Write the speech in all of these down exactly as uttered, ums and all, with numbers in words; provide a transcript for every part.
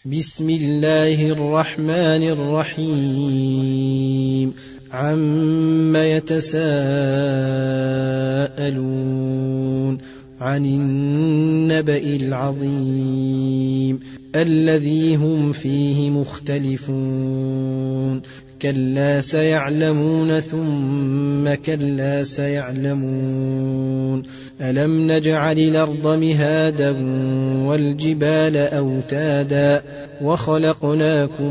بسم الله الرحمن الرحيم عم يتساءلون عن النبأ العظيم الذي هم فيه مختلفون كلا سيعلمون ثم كلا سيعلمون ألم نجعل الأرض مهادا والجبال أوتادا وخلقناكم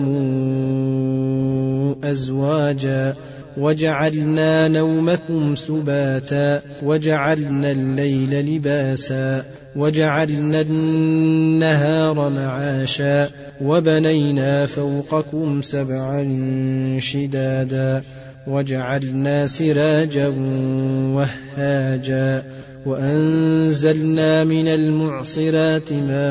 أزواجا وجعلنا نومكم سباتا وجعلنا الليل لباسا وجعلنا النهار معاشا وبنينا فوقكم سبعا شدادا وجعلنا سراجا وهاجا وأنزلنا من المعصرات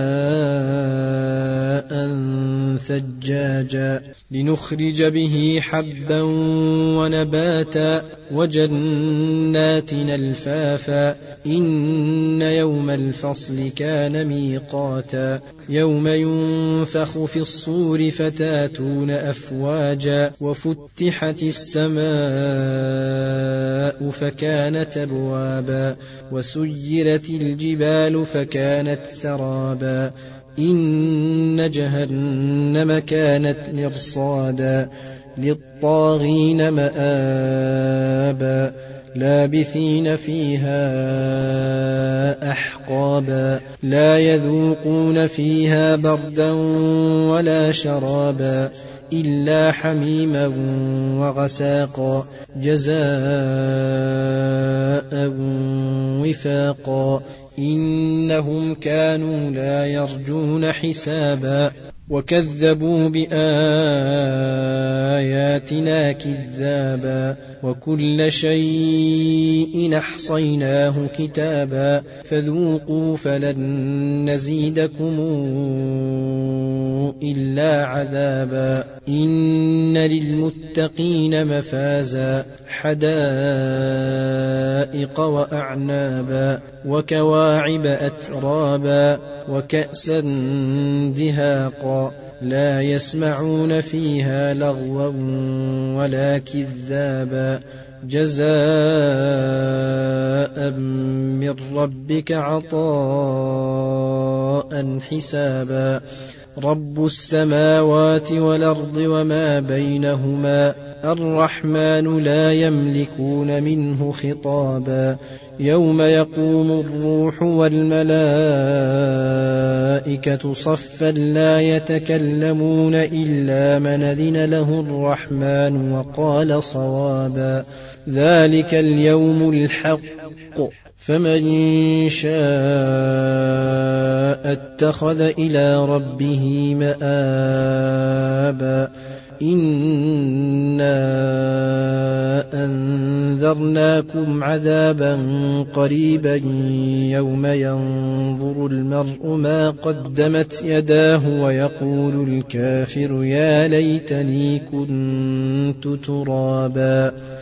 ماء ثجاجا لنخرج به حبا ونباتا وجنات ألفافا إن يوم الفصل كان ميقاتا يوم ينفخ في الصور فتاتون أفواجا وفتحت السماء فكانت أبوابا وسيرت الجبال فكانت سرابا إن جهنم كانت مرصادا للطاغين مآبا لابثين فيها أحقابا لا يذوقون فيها بردا ولا شرابا إلا حميما وغساقا جزاء وفاقا إنهم كانوا لا يرجون حسابا وكذبوا بآياتنا كذابا وكل شيء أحصيناه كتابا فذوقوا فلن نزيدكم إلا عذابا إن للمتقين مفازا حدائق وأعنابا وكواعب أترابا وكأسا دهاقا لا يسمعون فيها لغوا ولا كذابا جزاء من ربك عطاء حسابا رب السماوات والأرض وما بينهما الرحمن لا يملكون منه خطابا يوم يقوم الروح والملائكة صفا لا يتكلمون إلا من أذن له الرحمن وقال صوابا ذلك اليوم الحق فمن شاء اتخذ إلى ربه مآبا إنا أنذرناكم عذابا قريبا يوم ينظر المرء ما قدمت يداه ويقول الكافر يا ليتني كنت ترابا